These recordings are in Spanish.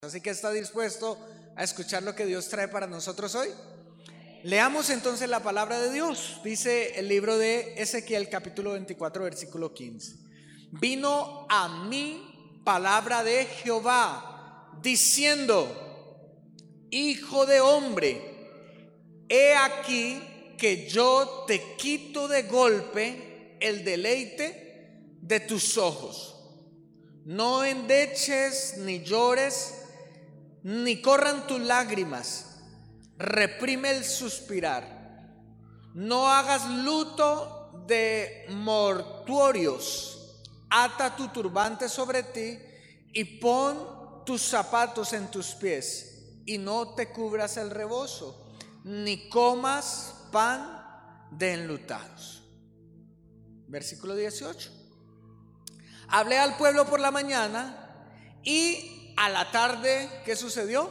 Así que ¿está dispuesto a escuchar lo que Dios trae para nosotros hoy? Leamos entonces la palabra de Dios. Dice el libro de Ezequiel capítulo 24 versículo 15. Vino a mí palabra de Jehová diciendo: Hijo de hombre, he aquí que yo te quito de golpe el deleite de tus ojos. No endeches ni llores, ni corran tus lágrimas. Reprime el suspirar. No hagas luto de mortuorios. Ata tu turbante sobre ti y pon tus zapatos en tus pies. Y no te cubras el rebozo, ni comas pan de enlutados. Versículo 18. Hablé al pueblo por la mañana y a la tarde, ¿qué sucedió?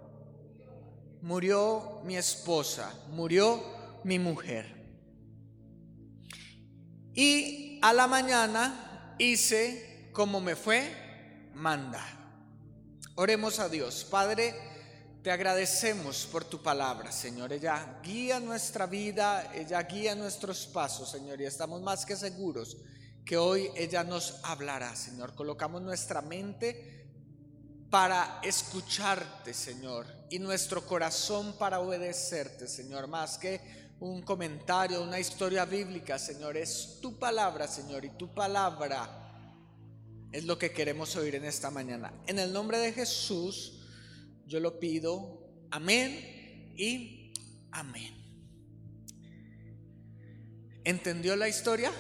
Murió mi esposa, murió mi mujer. Y a la mañana hice como me fue mandado. Oremos a Dios. Padre, te agradecemos por tu palabra, Señor. Ella guía nuestra vida, ella guía nuestros pasos, Señor, y estamos más que seguros que hoy ella nos hablará, Señor. Colocamos nuestra mente para escucharte, Señor, y nuestro corazón para obedecerte, Señor. Más que un comentario, una historia bíblica, Señor, es tu palabra, Señor, y tu palabra es lo que queremos oír en esta mañana. En el nombre de Jesús yo lo pido. Amén y amén. ¿Entendió la historia?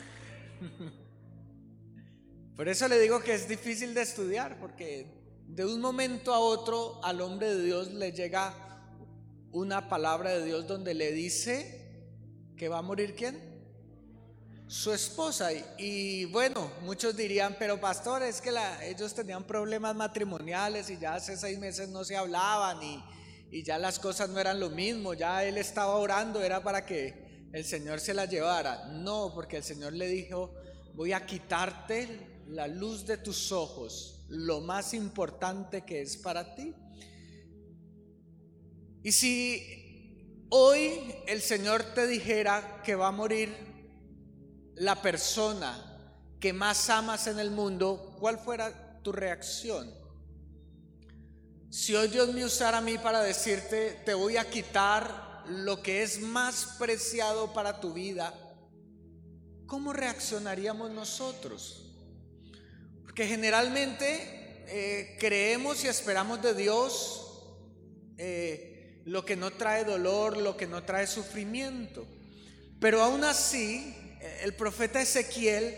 Por eso le digo que es difícil de estudiar, porque de un momento a otro al hombre de Dios le llega una palabra de Dios donde le dice que va a morir ¿quién? Su esposa. Y bueno, muchos dirían, pero pastor, es que ellos tenían problemas matrimoniales y ya hace 6 meses no se hablaban y ya las cosas no eran lo mismo, ya él estaba orando, era para que el Señor se la llevara. No, porque el Señor le dijo: voy a quitarte la luz de tus ojos, lo más importante que es para ti. Y si hoy el Señor te dijera que va a morir la persona que más amas en el mundo, ¿cuál fuera tu reacción? Si hoy Dios me usara a mí para decirte: te voy a quitar lo que es más preciado para tu vida, ¿cómo reaccionaríamos nosotros? Porque generalmente creemos y esperamos de Dios lo que no trae dolor, lo que no trae sufrimiento. Pero aún así, el profeta Ezequiel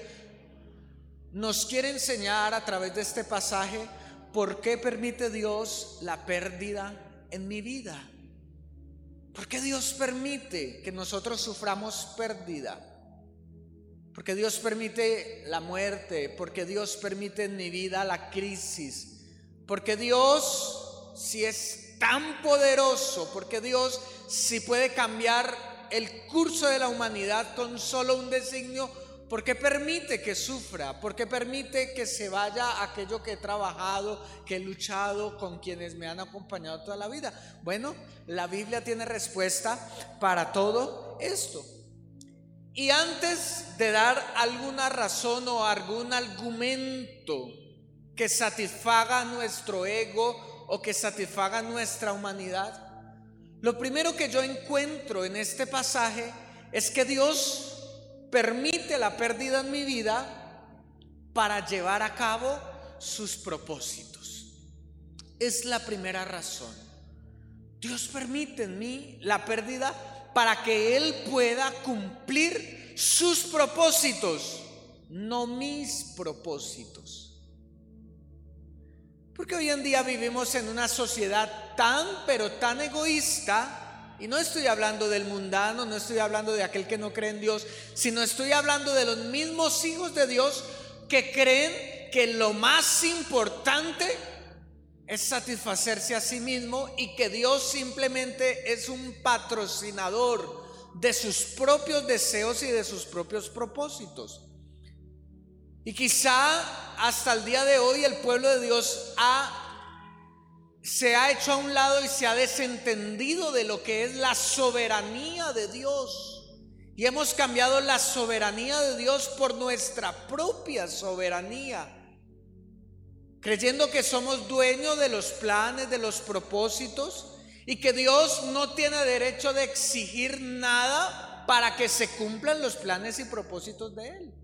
nos quiere enseñar a través de este pasaje por qué permite Dios la pérdida en mi vida. ¿Por qué Dios permite que nosotros suframos pérdida? Porque Dios permite la muerte, porque Dios permite en mi vida la crisis, porque Dios, si es tan poderoso, porque Dios, si puede cambiar el curso de la humanidad con solo un designio, ¿por qué permite que sufra? ¿Por qué permite que se vaya aquello que he trabajado, que he luchado, con quienes me han acompañado toda la vida? Bueno, la Biblia tiene respuesta para todo esto. Y antes de dar alguna razón o algún argumento que satisfaga nuestro ego o que satisfaga nuestra humanidad, lo primero que yo encuentro en este pasaje es que Dios permite la pérdida en mi vida para llevar a cabo sus propósitos. Es la primera razón. Dios permite en mí la pérdida para que Él pueda cumplir sus propósitos, no mis propósitos. Porque hoy en día vivimos en una sociedad tan, pero tan egoísta. Y no estoy hablando del mundano, no estoy hablando de aquel que no cree en Dios, sino estoy hablando de los mismos hijos de Dios que creen que lo más importante es satisfacerse a sí mismo y que Dios simplemente es un patrocinador de sus propios deseos y de sus propios propósitos. Y quizá hasta el día de hoy el pueblo de Dios ha se ha hecho a un lado y se ha desentendido de lo que es la soberanía de Dios. Y hemos cambiado la soberanía de Dios por nuestra propia soberanía, creyendo que somos dueños de los planes, de los propósitos, y que Dios no tiene derecho de exigir nada para que se cumplan los planes y propósitos de Él.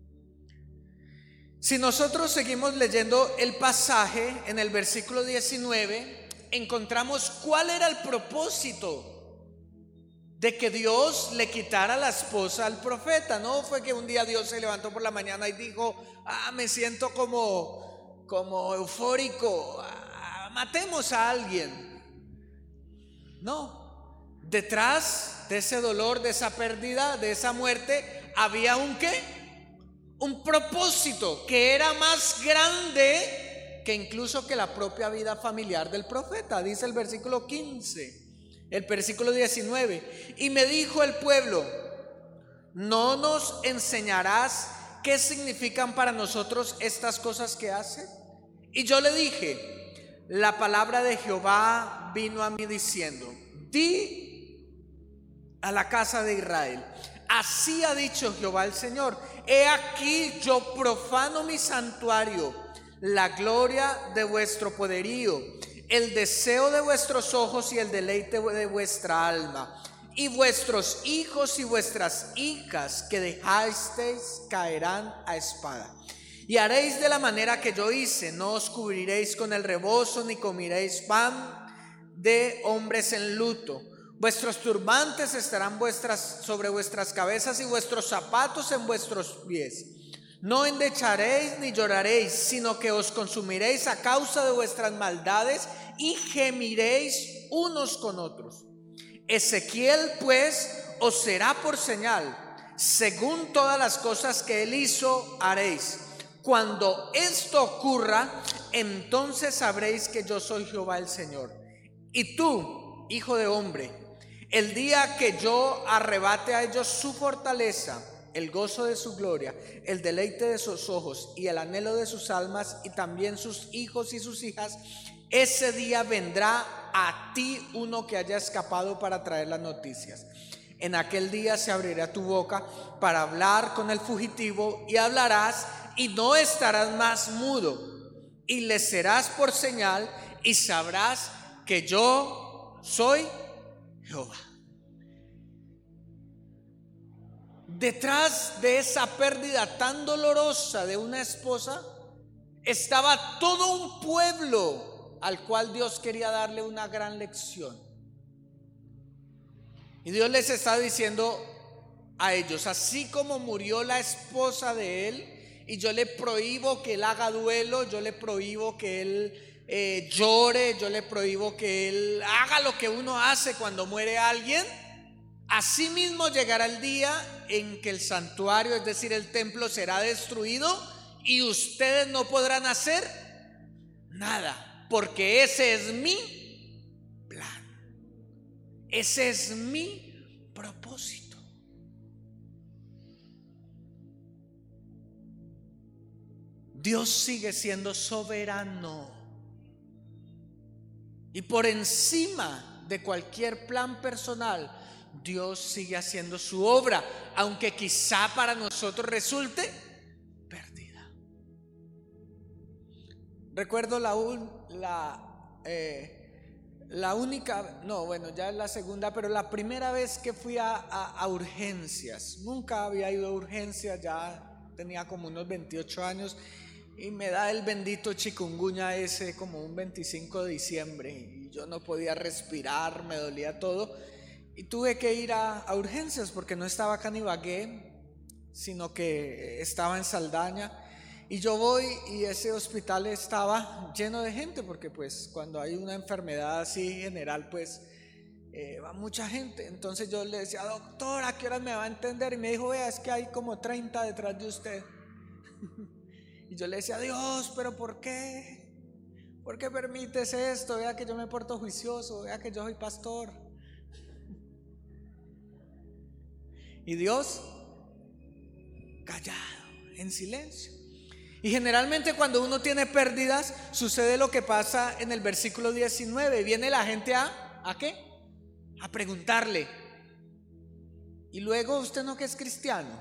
Si nosotros seguimos leyendo el pasaje, en el versículo 19, encontramos cuál era el propósito de que Dios le quitara la esposa al profeta. No fue que un día Dios se levantó por la mañana y dijo: me siento como eufórico, matemos a alguien. No, detrás de ese dolor, de esa pérdida, de esa muerte, había un propósito que era más grande que incluso que la propia vida familiar del profeta. Dice el versículo 15, el versículo 19: y me dijo el pueblo: ¿no nos enseñarás qué significan para nosotros estas cosas que hace? Y yo le dije: la palabra de Jehová vino a mí diciendo: di a la casa de Israel, así ha dicho Jehová el Señor: he aquí yo profano mi santuario, la gloria de vuestro poderío, el deseo de vuestros ojos y el deleite de vuestra alma. Y vuestros hijos y vuestras hijas que dejasteis caerán a espada. Y haréis de la manera que yo hice: no os cubriréis con el rebozo, ni comeréis pan de hombres en luto. Vuestros turbantes estarán sobre vuestras cabezas y vuestros zapatos en vuestros pies. No endecharéis ni lloraréis, sino que os consumiréis a causa de vuestras maldades y gemiréis unos con otros. Ezequiel pues os será por señal: según todas las cosas que él hizo haréis. Cuando esto ocurra, entonces sabréis que yo soy Jehová el Señor. Y tú, hijo de hombre, el día que yo arrebate a ellos su fortaleza, el gozo de su gloria, el deleite de sus ojos y el anhelo de sus almas, y también sus hijos y sus hijas, ese día vendrá a ti uno que haya escapado para traer las noticias. En aquel día se abrirá tu boca para hablar con el fugitivo, y hablarás y no estarás más mudo, y le serás por señal, y sabrás que yo soy Jehová. Detrás de esa pérdida tan dolorosa de una esposa estaba todo un pueblo al cual Dios quería darle una gran lección. Y Dios les está diciendo a ellos: así como murió la esposa de él, y yo le prohíbo que él haga duelo, yo le prohíbo que él llore, yo le prohíbo que él haga lo que uno hace cuando muere alguien, así mismo llegará el día en que el santuario, es decir, el templo, será destruido y ustedes no podrán hacer nada, porque ese es mi plan, ese es mi propósito. Dios sigue siendo soberano, y por encima de cualquier plan personal, Dios sigue haciendo su obra, aunque quizá para nosotros resulte perdida. Recuerdo la única, no, bueno, ya es la segunda, pero la primera vez que fui a urgencias. Nunca había ido a urgencias, ya tenía como unos 28 años, y me da el bendito chikungunya ese como un 25 de diciembre, y yo no podía respirar, me dolía todo, y tuve que ir a urgencias porque no estaba acá en Ibagué, sino que estaba en Saldaña. Y yo voy, y ese hospital estaba lleno de gente, porque pues cuando hay una enfermedad así general, pues va mucha gente. Entonces yo le decía: doctor, ¿a qué horas me va a entender? Y me dijo: vea, es que hay como 30 detrás de usted. Y yo le decía: Dios, ¿pero por qué? ¿Por qué permites esto? Vea que yo me porto juicioso, vea que yo soy pastor. Y Dios callado, en silencio. Y generalmente cuando uno tiene pérdidas, sucede lo que pasa en el versículo 19. Viene la gente ¿a qué? A preguntarle. Y luego, usted no que es cristiano.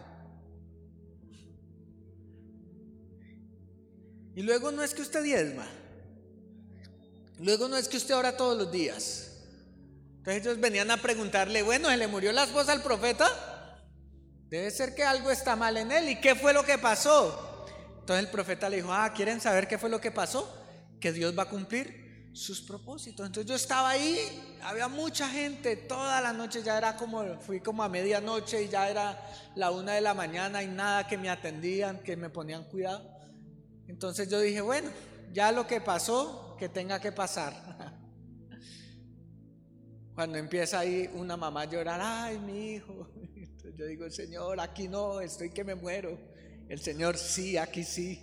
Y luego no es que usted diezma. Luego no es que usted ora todos los días. Entonces ellos venían a preguntarle, bueno, ¿se le murió la esposa al profeta? Debe ser que algo está mal en él. ¿Y qué fue lo que pasó? Entonces el profeta le dijo, ¿quieren saber qué fue lo que pasó? Que Dios va a cumplir sus propósitos. Entonces yo estaba ahí, había mucha gente, toda la noche, fui como a medianoche y ya era la 1 de la mañana y nada que me atendían, que me ponían cuidado. Entonces yo dije, bueno, ya lo que pasó, que tenga que pasar. Cuando empieza ahí una mamá a llorar, ay, mi hijo. Entonces yo digo, Señor, aquí no, estoy que me muero. El Señor, sí, aquí sí.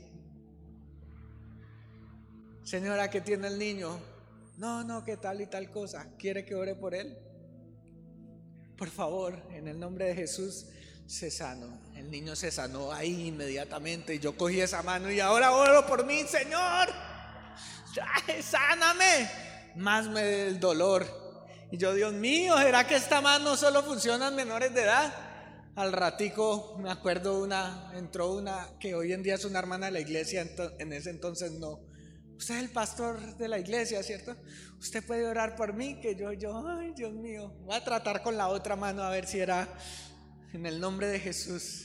Señora, ¿qué tiene el niño? No, que tal y tal cosa. ¿Quiere que ore por él? Por favor, en el nombre de Jesús, se sanó. El niño se sanó ahí inmediatamente. Y yo cogí esa mano y ahora oro por mí, Señor. ¡Ay, sáname! Más me da el dolor. Y yo, Dios mío, ¿será que esta mano solo funciona en menores de edad? Al ratico me acuerdo entró una que hoy en día es una hermana de la iglesia, en ese entonces no. Usted es el pastor de la iglesia, ¿cierto? Usted puede orar por mí, que yo, ay, Dios mío, voy a tratar con la otra mano a ver si era en el nombre de Jesús.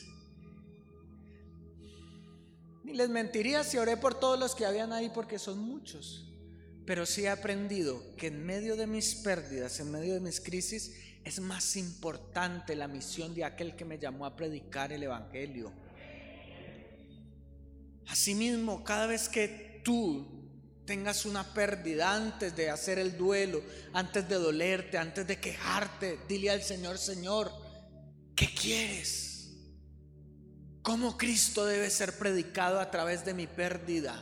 Ni les mentiría si oré por todos los que habían ahí, porque son muchos. Pero sí he aprendido que en medio de mis pérdidas, en medio de mis crisis, es más importante la misión de aquel que me llamó a predicar el evangelio. Asimismo, cada vez que tú tengas una pérdida, antes de hacer el duelo, antes de dolerte, antes de quejarte, dile al Señor, Señor, ¿qué quieres? ¿Cómo Cristo debe ser predicado a través de mi pérdida?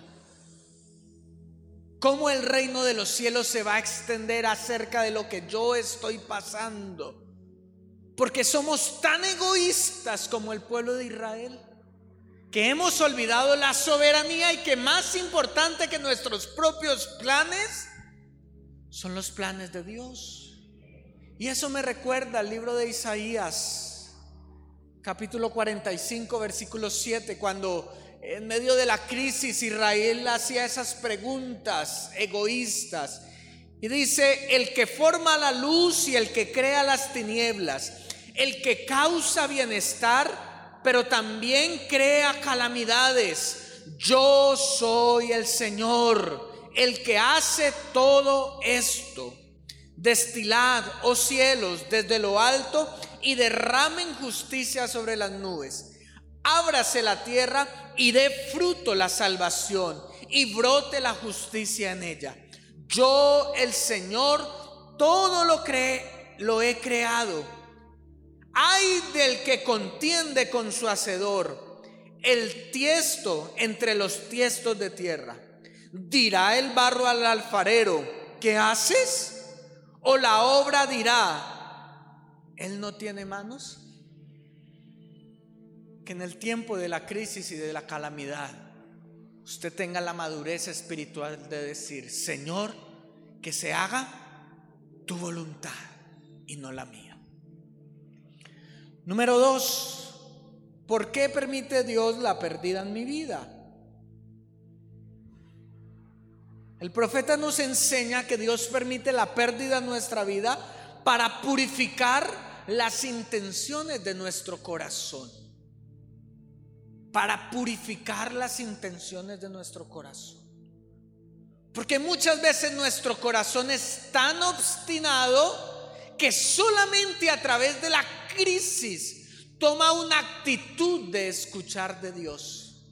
¿Cómo el reino de los cielos se va a extender acerca de lo que yo estoy pasando? Porque somos tan egoístas como el pueblo de Israel, que hemos olvidado la soberanía y que más importante que nuestros propios planes son los planes de Dios. Y eso me recuerda al libro de Isaías, capítulo 45, versículo 7, cuando en medio de la crisis Israel hacía esas preguntas egoístas y dice: el que forma la luz y el que crea las tinieblas, el que causa bienestar pero también crea calamidades, yo soy el Señor, el que hace todo esto. Destilad, oh cielos, desde lo alto y derramen justicia sobre las nubes. Ábrase la tierra y dé fruto la salvación y brote la justicia en ella. Yo, el Señor, todo lo he creado. Ay del que contiende con su hacedor, el tiesto entre los tiestos de tierra. Dirá el barro al alfarero: ¿qué haces? O la obra dirá: ¿él no tiene manos? Que en el tiempo de la crisis y de la calamidad usted tenga la madurez espiritual de decir: Señor, que se haga tu voluntad y no la mía. Número 2, ¿por qué permite Dios la pérdida en mi vida? El profeta nos enseña que Dios permite la pérdida en nuestra vida para purificar las intenciones de nuestro corazón. Para purificar las intenciones de nuestro corazón. Porque muchas veces nuestro corazón es tan obstinado que solamente a través de la crisis toma una actitud de escuchar de Dios.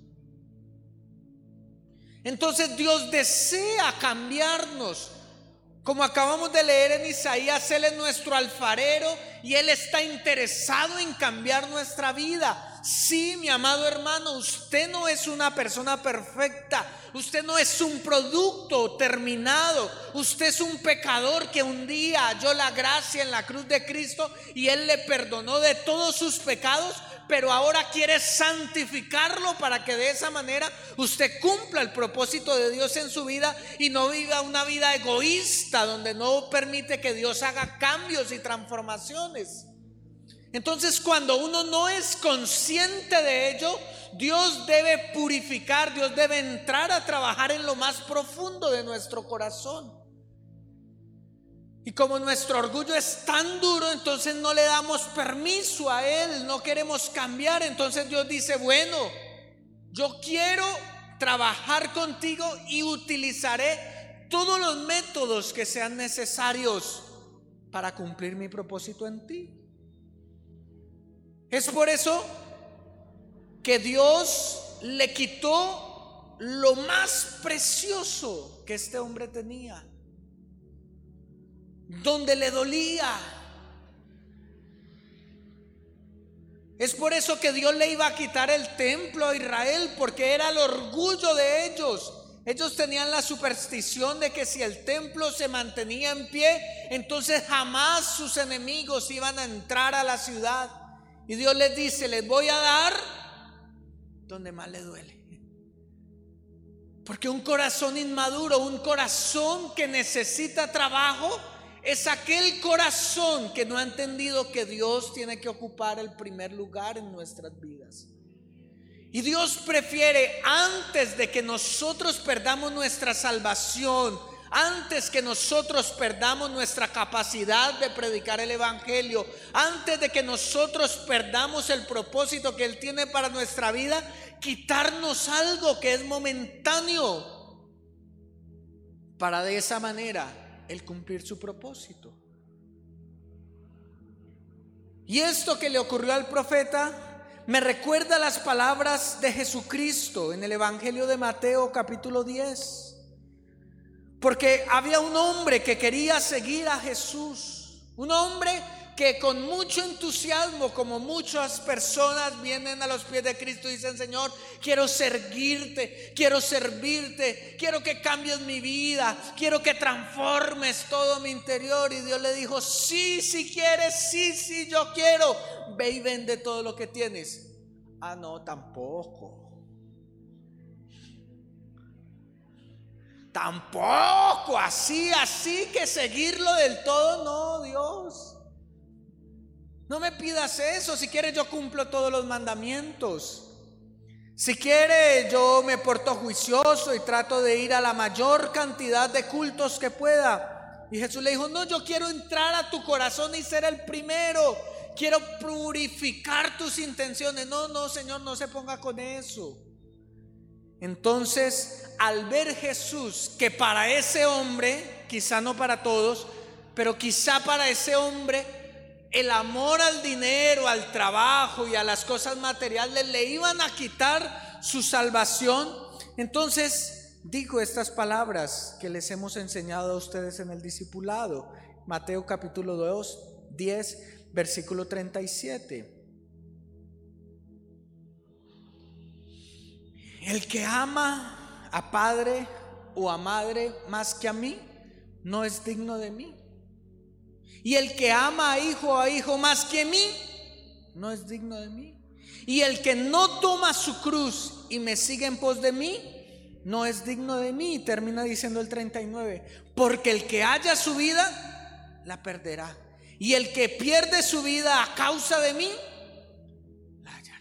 Entonces Dios desea cambiarnos. Como acabamos de leer en Isaías, Él es nuestro alfarero y Él está interesado en cambiar nuestra vida. Sí, mi amado hermano, usted no es una persona perfecta. Usted no es un producto terminado. Usted es un pecador que un día halló la gracia en la cruz de Cristo y Él le perdonó de todos sus pecados, pero ahora quiere santificarlo para que de esa manera usted cumpla el propósito de Dios en su vida y no viva una vida egoísta donde no permite que Dios haga cambios y transformaciones. Entonces, cuando uno no es consciente de ello, Dios debe purificar, Dios debe entrar a trabajar en lo más profundo de nuestro corazón. Y como nuestro orgullo es tan duro, entonces no le damos permiso a Él, no queremos cambiar. Entonces Dios dice, bueno, yo quiero trabajar contigo y utilizaré todos los métodos que sean necesarios para cumplir mi propósito en ti. Es por eso que Dios le quitó lo más precioso que este hombre tenía, donde le dolía. Es por eso que Dios le iba a quitar el templo a Israel, porque era el orgullo de ellos. Ellos tenían la superstición de que si el templo se mantenía en pie, entonces jamás sus enemigos iban a entrar a la ciudad. Y Dios les dice, les voy a dar donde más le duele. Porque un corazón inmaduro, un corazón que necesita trabajo, es aquel corazón que no ha entendido que Dios tiene que ocupar el primer lugar en nuestras vidas. Y Dios prefiere, antes de que nosotros perdamos nuestra salvación, antes que nosotros perdamos nuestra capacidad de predicar el evangelio, antes de que nosotros perdamos el propósito que Él tiene para nuestra vida, quitarnos algo que es momentáneo, para de esa manera el cumplir su propósito. Y esto que le ocurrió al profeta me recuerda las palabras de Jesucristo en el Evangelio de Mateo capítulo 10. Porque había un hombre que quería seguir a Jesús, un hombre que con mucho entusiasmo, como muchas personas vienen a los pies de Cristo y dicen, Señor, quiero seguirte, quiero servirte, quiero que cambies mi vida, quiero que transformes todo mi interior. Y Dios le dijo, sí, si quieres, sí, yo quiero. Ve y vende todo lo que tienes. Ah, no, tampoco así que seguirlo del todo. No, Dios, no me pidas eso. Si quieres, yo cumplo todos los mandamientos. Si quieres, yo me porto juicioso y trato de ir a la mayor cantidad de cultos que pueda. Y Jesús le dijo, no, yo quiero entrar a tu corazón y ser el primero. Quiero purificar tus intenciones. No, Señor, no se ponga con eso. Entonces, al ver Jesús que para ese hombre, quizá no para todos, pero quizá para ese hombre, el amor al dinero, al trabajo y a las cosas materiales le iban a quitar su salvación, entonces dijo estas palabras que les hemos enseñado a ustedes en el discipulado. Mateo capítulo 10, versículo 37. El que ama a padre o a madre más que a mí, no es digno de mí. Y el que ama a hijo más que a mí, no es digno de mí. Y el que no toma su cruz y me sigue en pos de mí, no es digno de mí. Y termina diciendo el 39, porque el que haya su vida, la perderá. Y el que pierde su vida a causa de mí, la hallará.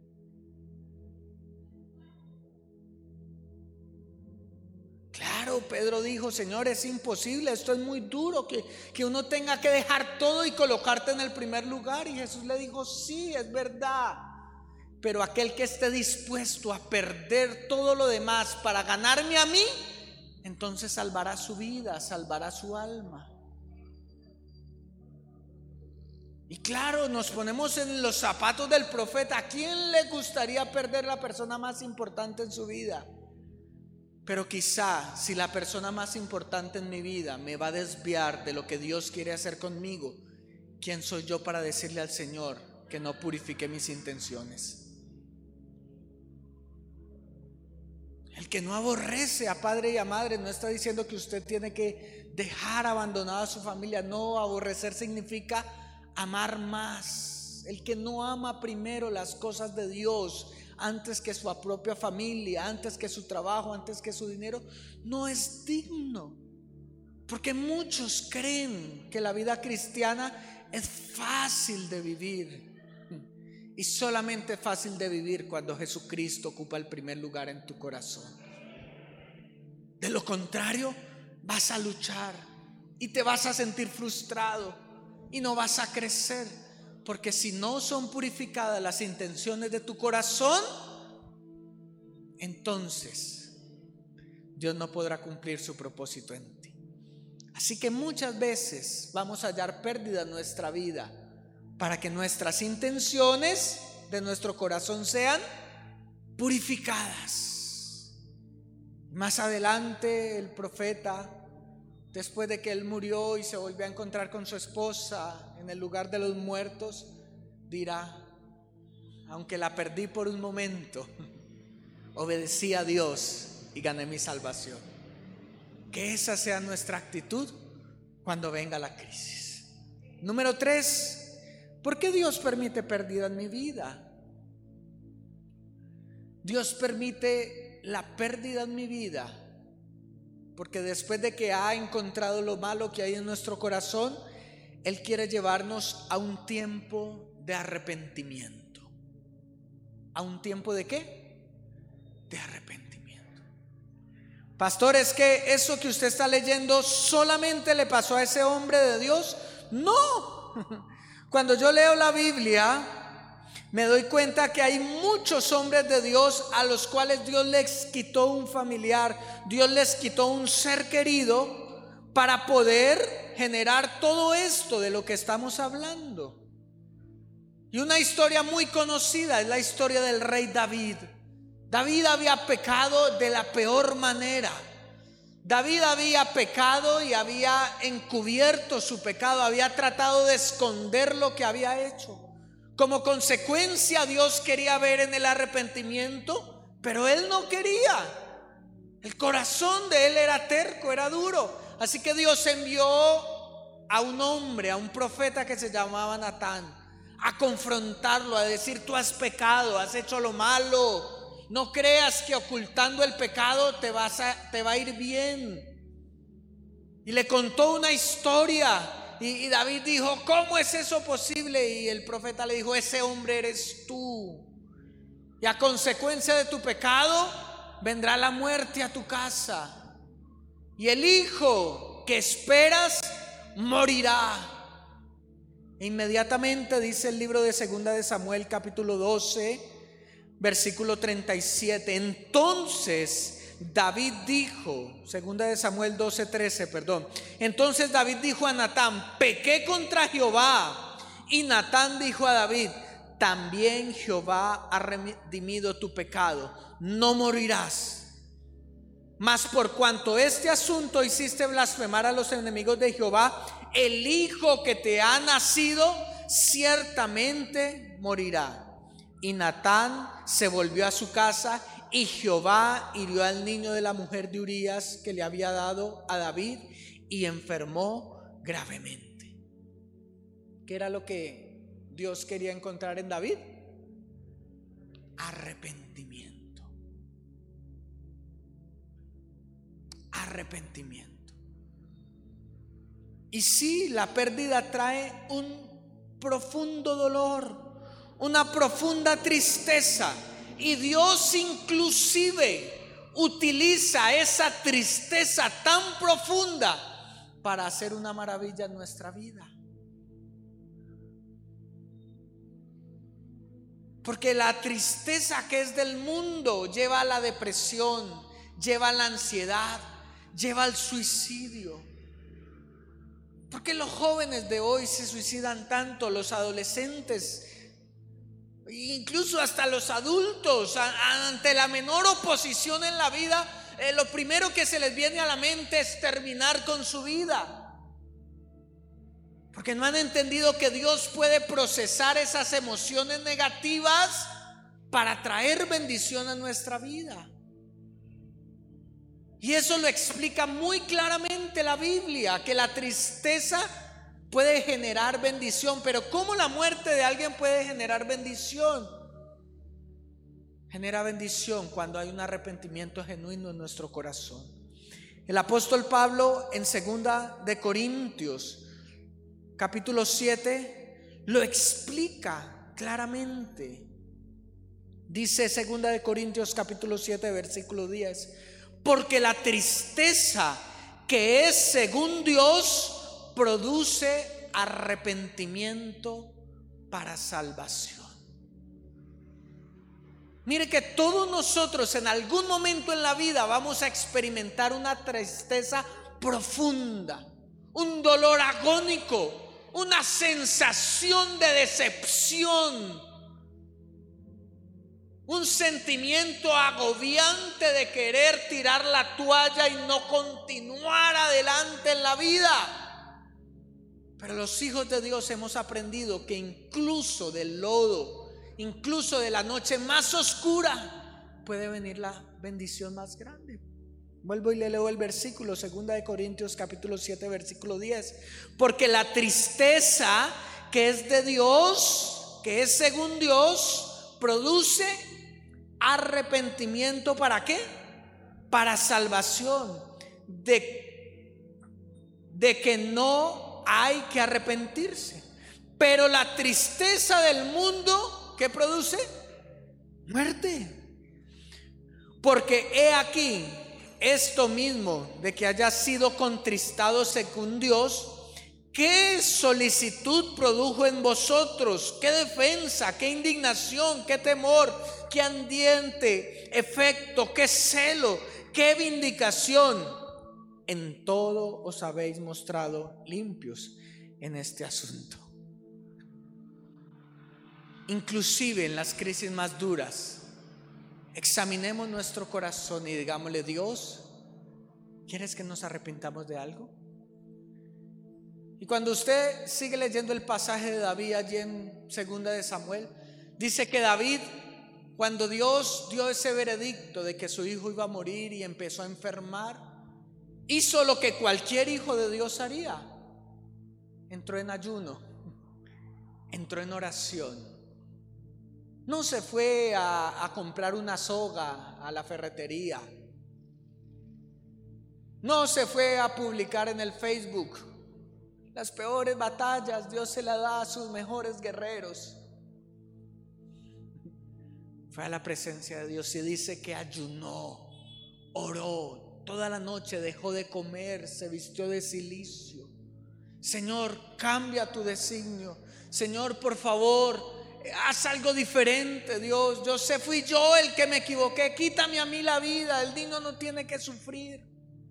Claro, Pedro dijo, Señor, es imposible, esto es muy duro, que uno tenga que dejar todo y colocarte en el primer lugar. Y Jesús le dijo, sí, es verdad, pero aquel que esté dispuesto a perder todo lo demás para ganarme a mí, entonces salvará su vida, salvará su alma. Y claro, nos ponemos en los zapatos del profeta. ¿A quién le gustaría perder la persona más importante en su vida? Pero quizá si la persona más importante en mi vida me va a desviar de lo que Dios quiere hacer conmigo, ¿quién soy yo para decirle al Señor que no purifique mis intenciones? El que no aborrece a padre y a madre no está diciendo que usted tiene que dejar abandonada a su familia. No, aborrecer significa amar más, El que no ama primero las cosas de Dios antes que su propia familia, antes que su trabajo, antes que su dinero, no es digno. Porque muchos creen que la vida cristiana es fácil de vivir. Y solamente es fácil de vivir cuando Jesucristo ocupa el primer lugar en tu corazón. De lo contrario, vas a luchar y te vas a sentir frustrado y no vas a crecer. Porque si no son purificadas las intenciones de tu corazón, entonces Dios no podrá cumplir su propósito en ti. Así que muchas veces vamos a hallar pérdida en nuestra vida para que nuestras intenciones de nuestro corazón sean purificadas. Más adelante el profeta, después de que él murió y se volvió a encontrar con su esposa en el lugar de los muertos, dirá: aunque la perdí por un momento, obedecí a Dios y gané mi salvación. Que esa sea nuestra actitud cuando venga la crisis. Número 3, ¿por qué Dios permite pérdida en mi vida? Dios permite la pérdida en mi vida porque después de que ha encontrado lo malo que hay en nuestro corazón, Él quiere llevarnos a un tiempo de arrepentimiento. ¿A un tiempo de qué? De arrepentimiento. Pastor, ¿es que eso que usted está leyendo solamente le pasó a ese hombre de Dios? No. Cuando yo leo la Biblia, me doy cuenta que hay muchos hombres de Dios a los cuales Dios les quitó un familiar, Dios les quitó un ser querido para poder generar todo esto de lo que estamos hablando. Y una historia muy conocida es la historia del rey David. David había pecado de la peor manera. David había pecado y había encubierto su pecado, había tratado de esconder lo que había hecho. Como consecuencia, Dios quería ver en el arrepentimiento, pero él no quería. El corazón de él era terco, era duro. Así que Dios envió a un hombre, a un profeta que se llamaba Natán, a confrontarlo, a decir: tú has pecado, has hecho lo malo. No creas que ocultando el pecado te va a ir bien. Y le contó una historia. Y David dijo: ¿cómo es eso posible? Y el profeta le dijo: ese hombre eres tú. Y a consecuencia de tu pecado vendrá la muerte a tu casa. Y el hijo que esperas morirá. E inmediatamente dice el libro de Segunda de Samuel, capítulo 12, versículo 37. Entonces David dijo, Segunda de Samuel 12:13, perdón. Entonces David dijo a Natán: pequé contra Jehová. Y Natán dijo a David: también Jehová ha redimido tu pecado, no morirás. Mas por cuanto este asunto hiciste blasfemar a los enemigos de Jehová, el hijo que te ha nacido ciertamente morirá. Y Natán se volvió a su casa, y Jehová hirió al niño de la mujer de Urías que le había dado a David, y enfermó gravemente. ¿Qué era lo que Dios quería encontrar en David? Arrepentimiento. Arrepentimiento. Y sí, la pérdida trae un profundo dolor, una profunda tristeza. Y Dios inclusive utiliza esa tristeza tan profunda para hacer una maravilla en nuestra vida. Porque la tristeza que es del mundo lleva a la depresión, lleva a la ansiedad, lleva al suicidio. ¿Por qué los jóvenes de hoy se suicidan tanto? Los adolescentes, incluso hasta los adultos, ante la menor oposición en la vida, lo primero que se les viene a la mente es terminar con su vida. Porque no han entendido que Dios puede procesar esas emociones negativas para traer bendición a nuestra vida. Y eso lo explica muy claramente la Biblia, que la tristeza puede generar bendición. Pero ¿cómo la muerte de alguien puede generar bendición? Genera bendición cuando hay un arrepentimiento genuino en nuestro corazón. El apóstol Pablo en 2 de Corintios capítulo 7 lo explica claramente. Dice 2 de Corintios capítulo 7 versículo 10: porque la tristeza que es según Dios produce arrepentimiento para salvación. Mire que todos nosotros en algún momento en la vida vamos a experimentar una tristeza profunda, un dolor agónico, una sensación de decepción, un sentimiento agobiante de querer tirar la toalla y no continuar adelante en la vida. Pero los hijos de Dios hemos aprendido que incluso del lodo, incluso de la noche más oscura, puede venir la bendición más grande. Vuelvo y le leo el versículo, 2 de Corintios capítulo 7 versículo 10. Porque la tristeza que es de Dios, que es según Dios, produce arrepentimiento. ¿Para qué? Para salvación, de que no hay que arrepentirse. Pero la tristeza del mundo, ¿qué produce? Muerte. Porque he aquí, esto mismo de que haya sido contristado según Dios, ¿qué solicitud produjo en vosotros? ¿Qué defensa? ¿Qué indignación? ¿Qué temor? ¿Qué ardiente efecto? ¿Qué celo? ¿Qué vindicación? En todo os habéis mostrado limpios en este asunto. Inclusive en las crisis más duras, examinemos nuestro corazón y digámosle: Dios, ¿quieres que nos arrepintamos de algo? Y cuando usted sigue leyendo el pasaje de David allí en 2 de Samuel, dice que David, cuando Dios dio ese veredicto de que su hijo iba a morir y empezó a enfermar, hizo lo que cualquier hijo de Dios haría: entró en ayuno, entró en oración. No se fue a comprar una soga a la ferretería. No se fue a publicar en el Facebook: las peores batallas Dios se las da a sus mejores guerreros. Fue a la presencia de Dios y dice que ayunó, oró toda la noche, dejó de comer, se vistió de cilicio. Señor, cambia tu designio. Señor, por favor, haz algo diferente, Dios. Yo sé, fui yo el que me equivoqué. Quítame a mí la vida. El niño no tiene que sufrir.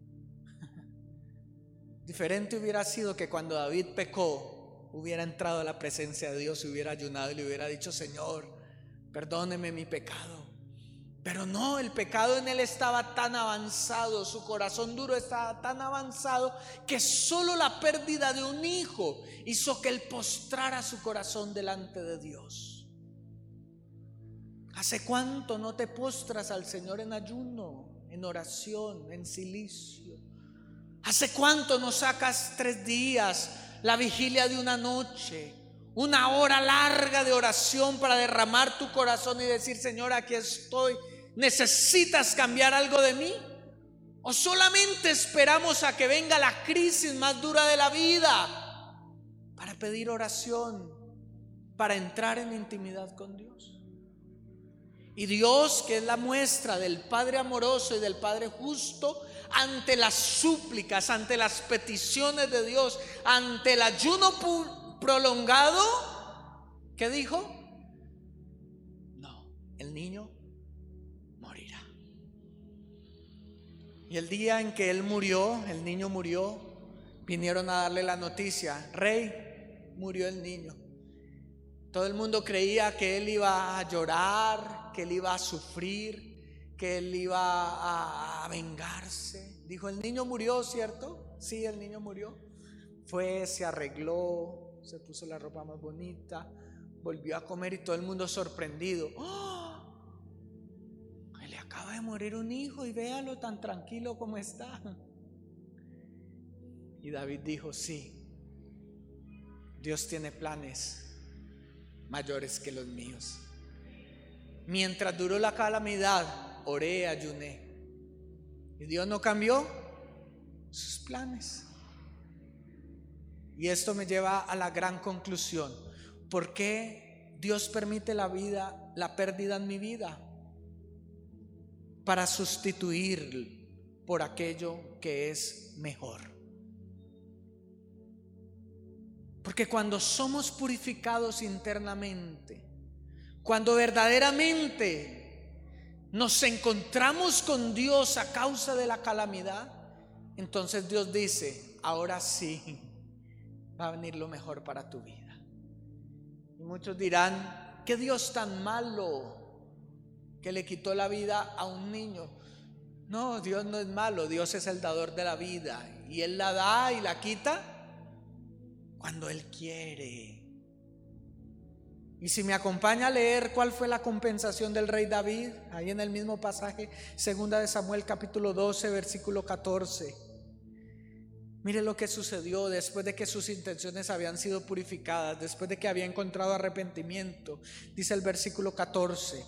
Diferente hubiera sido que cuando David pecó, hubiera entrado a la presencia de Dios y hubiera ayunado y le hubiera dicho: Señor, perdóneme mi pecado. Pero no, el pecado en él estaba tan avanzado, su corazón duro estaba tan avanzado, que solo la pérdida de un hijo hizo que él postrara su corazón delante de Dios. ¿Hace cuánto no te postras al Señor en ayuno, en oración, en cilicio? ¿Hace cuánto no sacas 3 días, la vigilia de una noche, una hora larga de oración para derramar tu corazón y decir: Señor, aquí estoy, ¿necesitas cambiar algo de mí? ¿O solamente esperamos a que venga la crisis más dura de la vida para pedir oración, para entrar en intimidad con Dios? Y Dios, que es la muestra del Padre amoroso y del Padre justo, ante las súplicas, ante las peticiones de Dios, ante el ayuno prolongado, ¿qué dijo? No, el niño morirá. Y el día en que él murió, el niño murió, vinieron a darle la noticia: Rey, murió el niño. Todo el mundo creía que él iba a llorar, que él iba a sufrir, que él iba a vengarse. Dijo: el niño murió, ¿cierto? Sí, el niño murió. Fue, se arregló, se puso la ropa más bonita, volvió a comer y todo el mundo sorprendido. ¡Oh! Le acaba de morir un hijo y véalo tan tranquilo como está. Y David dijo: sí, Dios tiene planes mayores que los míos. Mientras duró la calamidad, oré, ayuné, y Dios no cambió sus planes. Y esto me lleva a la gran conclusión: ¿por qué Dios permite la pérdida en mi vida? Para sustituir por aquello que es mejor. Porque cuando somos purificados internamente, cuando verdaderamente nos encontramos con Dios a causa de la calamidad, entonces Dios dice: ahora sí va a venir lo mejor para tu vida. Y muchos dirán: ¿qué Dios tan malo que le quitó la vida a un niño? No, Dios no es malo. Dios es el dador de la vida, y Él la da y la quita cuando Él quiere. Y si me acompaña a leer cuál fue la compensación del rey David, ahí en el mismo pasaje, 2 de Samuel capítulo 12 versículo 14. Mire lo que sucedió después de que sus intenciones habían sido purificadas, después de que había encontrado arrepentimiento. Dice el versículo 14.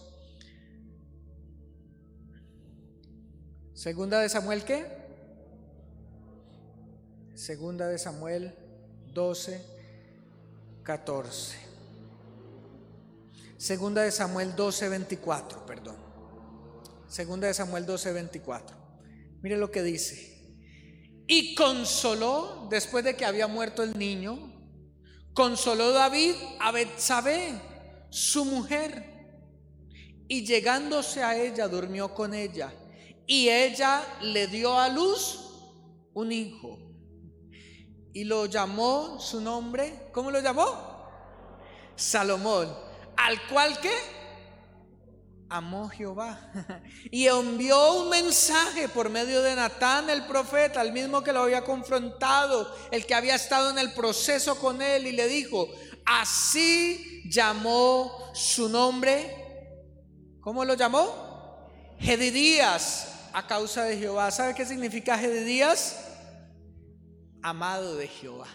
Segunda de Samuel, ¿qué? Segunda de Samuel 12, 14. Segunda de Samuel 12, 24, perdón. Segunda de Samuel 12, 24. Mire lo que dice. Y consoló, después de que había muerto el niño, consoló David a Betsabé, su mujer, y llegándose a ella durmió con ella, y ella le dio a luz un hijo, y lo llamó su nombre, ¿cómo lo llamó? Salomón, al cual ¿qué? Amó Jehová. Y envió un mensaje por medio de Natán el profeta, el mismo que lo había confrontado, el que había estado en el proceso con él, y le dijo: así llamó su nombre. ¿Cómo lo llamó? Jedidías, a causa de Jehová. ¿Sabe qué significa Jedidías? Amado de Jehová.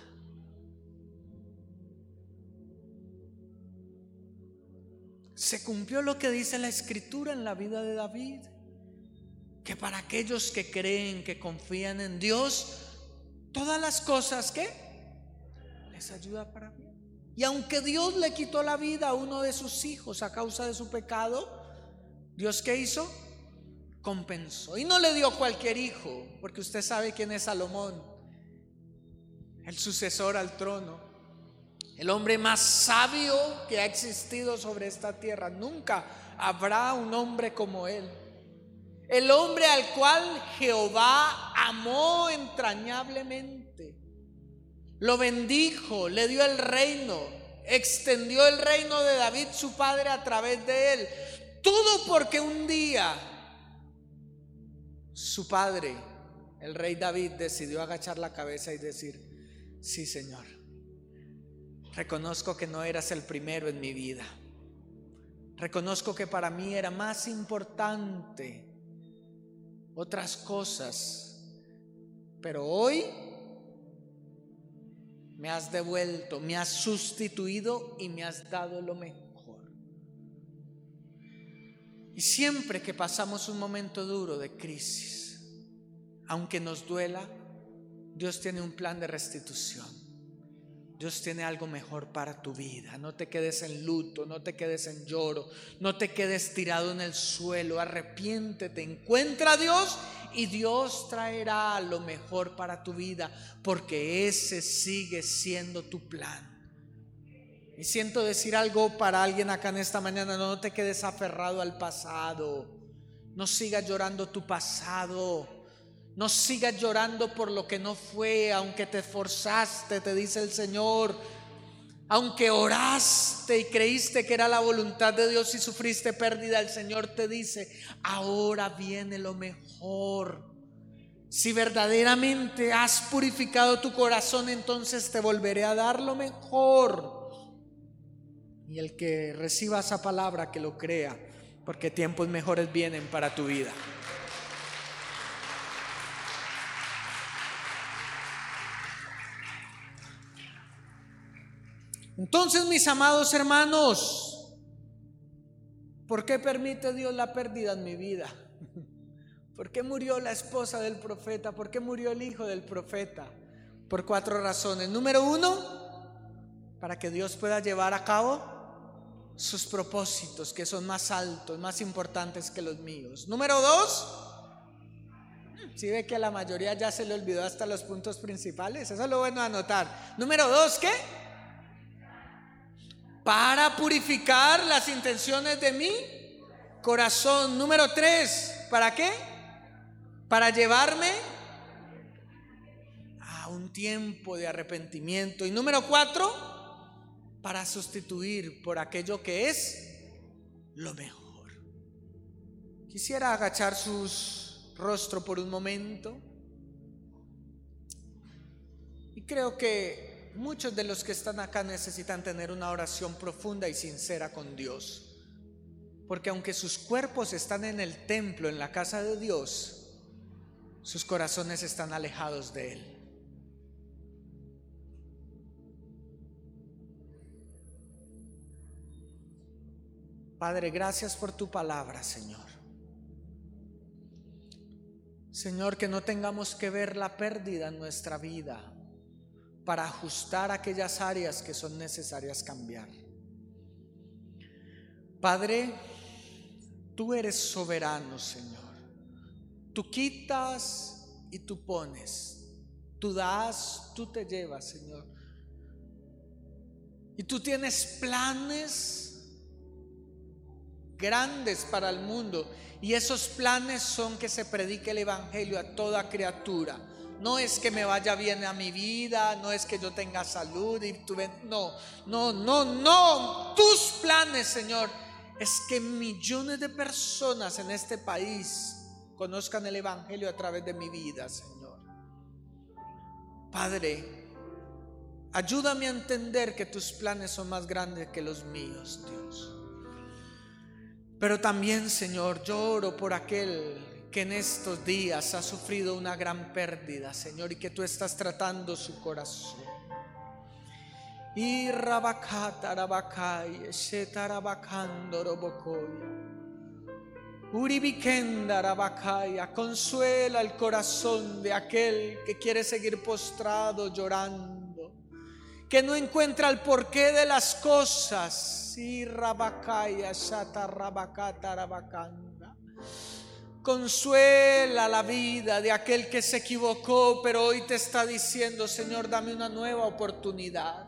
Se cumplió lo que dice la Escritura en la vida de David, que para aquellos que creen, que confían en Dios, todas las cosas que les ayuda para bien. Y aunque Dios le quitó la vida a uno de sus hijos a causa de su pecado, Dios ¿qué hizo? Compensó. Y no le dio cualquier hijo, porque usted sabe quién es Salomón, el sucesor al trono, el hombre más sabio que ha existido sobre esta tierra. Nunca habrá un hombre como él. El hombre al cual Jehová amó entrañablemente, lo bendijo, le dio el reino, extendió el reino de David su padre a través de él. Todo porque un día su padre, el rey David, decidió agachar la cabeza y decir: sí, Señor, reconozco que no eras el primero en mi vida. Reconozco que para mí era más importante otras cosas, pero hoy me has devuelto, me has sustituido y me has dado lo mejor. Y siempre que pasamos un momento duro de crisis, aunque nos duela, Dios tiene un plan de restitución. Dios tiene algo mejor para tu vida. No te quedes en luto, no te quedes en lloro, no te quedes tirado en el suelo. Arrepiéntete, encuentra a Dios y Dios traerá lo mejor para tu vida, porque ese sigue siendo tu plan. Y siento decir algo para alguien acá en esta mañana: no te quedes aferrado al pasado, no sigas llorando tu pasado. No sigas llorando por lo que no fue, aunque te esforzaste, te dice el Señor. Aunque oraste y creíste que era la voluntad de Dios y sufriste pérdida, el Señor te dice: ahora viene lo mejor. Si verdaderamente has purificado tu corazón, entonces te volveré a dar lo mejor. Y el que reciba esa palabra, que lo crea, porque tiempos mejores vienen para tu vida. Entonces, mis amados hermanos, ¿por qué permite Dios la pérdida en mi vida? ¿Por qué murió la esposa del profeta? ¿Por qué murió el hijo del profeta? Por 4 razones. Número 1, para que Dios pueda llevar a cabo sus propósitos, que son más altos, más importantes que los míos. Número 2, si ve que a la mayoría ya se le olvidó hasta los puntos principales, eso es lo bueno de anotar. Número 2, ¿qué? Para purificar las intenciones de mi corazón. Número 3, ¿para qué? Para llevarme a un tiempo de arrepentimiento. Y número 4, para sustituir por aquello que es lo mejor. Quisiera agachar sus rostros por un momento. Y creo que muchos de los que están acá necesitan tener una oración profunda y sincera con Dios, porque aunque sus cuerpos están en el templo, en la casa de Dios, sus corazones están alejados de Él. Padre, gracias por tu palabra, Señor. Señor, que no tengamos que ver la pérdida en nuestra vida para ajustar aquellas áreas que son necesarias cambiar. Padre, tú eres soberano, Señor. Tú quitas y tú pones. Tú das, tú te llevas, Señor. Y tú tienes planes grandes para el mundo. Y esos planes son que se predique el evangelio a toda criatura. No es que me vaya bien a mi vida, no es que yo tenga salud y no. Tus planes, Señor, es que millones de personas en este país conozcan el evangelio a través de mi vida, Señor. Padre, ayúdame a entender que tus planes son más grandes que los míos, Dios. Pero también, Señor, yo oro por aquel que en estos días ha sufrido una gran pérdida, Señor, y que tú estás tratando su corazón. Y rabacata rabacay, shetarabacando robocoya. Uribikenda rabacaya, consuela el corazón de aquel que quiere seguir postrado llorando, que no encuentra el porqué de las cosas. Y rabacaya, shatarabacata rabacanda. Consuela la vida de aquel que se equivocó, pero hoy te está diciendo: Señor, dame una nueva oportunidad.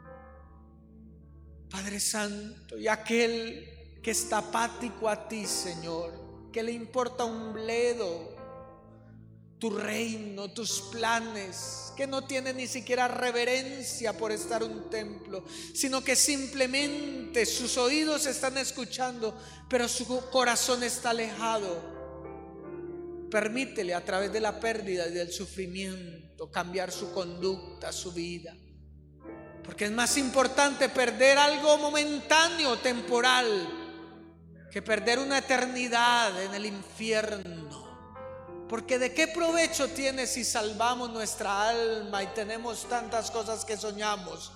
Padre Santo, y aquel que está apático a ti, Señor, que le importa un bledo tu reino, tus planes, que no tiene ni siquiera reverencia por estar en un templo, sino que simplemente sus oídos están escuchando, pero su corazón está alejado. Permítele a través de la pérdida y del sufrimiento cambiar su conducta, su vida. Porque es más importante perder algo momentáneo, temporal, que perder una eternidad en el infierno. Porque ¿de qué provecho tiene si salvamos nuestra alma y tenemos tantas cosas que soñamos,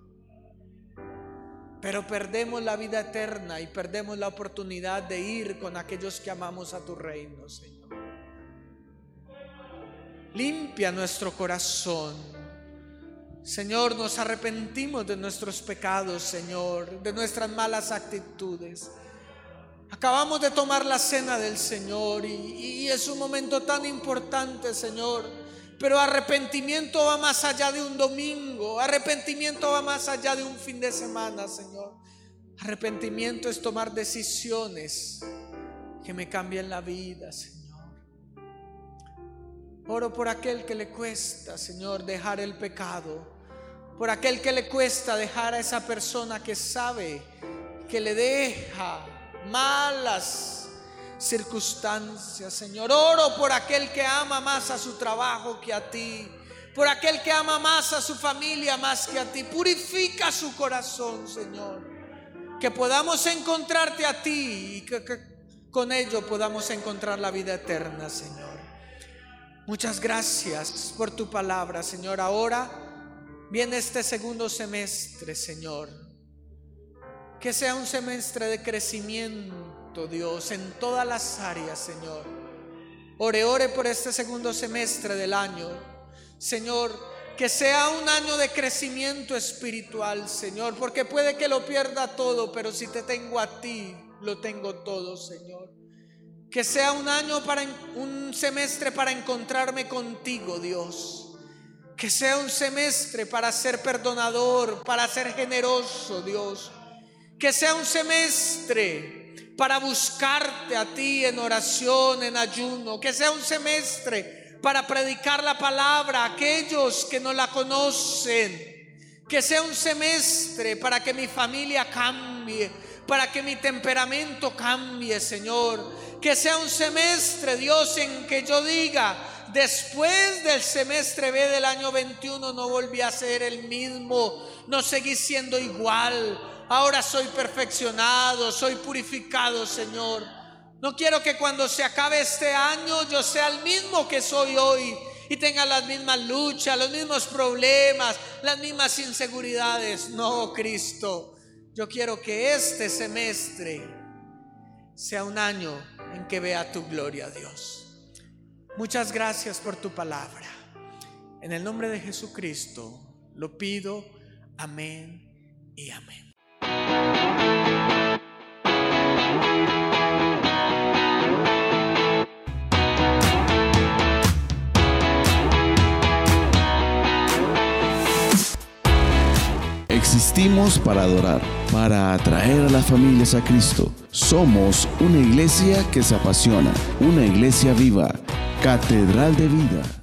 pero perdemos la vida eterna y perdemos la oportunidad de ir con aquellos que amamos a tu reino, Señor? Limpia nuestro corazón, Señor. Nos arrepentimos de nuestros pecados, Señor, de nuestras malas actitudes. Acabamos de tomar la cena del Señor y es un momento tan importante, Señor. Pero arrepentimiento va más allá de un domingo. Arrepentimiento va más allá de un fin de semana, Señor. Arrepentimiento es tomar decisiones que me cambien la vida, Señor. Oro por aquel que le cuesta, Señor, dejar el pecado. Por aquel que le cuesta dejar a esa persona que sabe que le deja malas circunstancias, Señor. Oro por aquel que ama más a su trabajo que a ti, por aquel que ama más a su familia más que a ti. Purifica su corazón, Señor, que podamos encontrarte a ti y que con ello podamos encontrar la vida eterna, Señor. Muchas gracias por tu palabra, Señor. Ahora Viene este segundo semestre, Señor. Que sea un semestre de crecimiento, Dios, en todas las áreas, Señor. Ore por este segundo semestre del año, Señor. Que sea un año de crecimiento espiritual, Señor, porque puede que lo pierda todo, pero si te tengo a ti, lo tengo todo, Señor. Que sea un semestre para encontrarme contigo, Dios. Que sea un semestre para ser perdonador, para ser generoso, Dios. Que sea un semestre para buscarte a ti en oración, en ayuno. Que sea un semestre para predicar la palabra a aquellos que no la conocen. Que sea un semestre para que mi familia cambie, para que mi temperamento cambie, Señor. Que sea un semestre, Dios, en que yo diga: después del semestre B del año 21 no volví a ser el mismo, no seguí siendo igual. Ahora soy perfeccionado, soy purificado, Señor. No quiero que cuando se acabe este año yo sea el mismo que soy hoy y tenga las mismas luchas, los mismos problemas, las mismas inseguridades. No, Cristo, yo quiero que este semestre sea un año en que vea tu gloria, Dios. Muchas gracias por tu palabra. En el nombre de Jesucristo lo pido. Amén y amén. Existimos para adorar, para atraer a las familias a Cristo. Somos una iglesia que se apasiona, una iglesia viva, Catedral de Vida.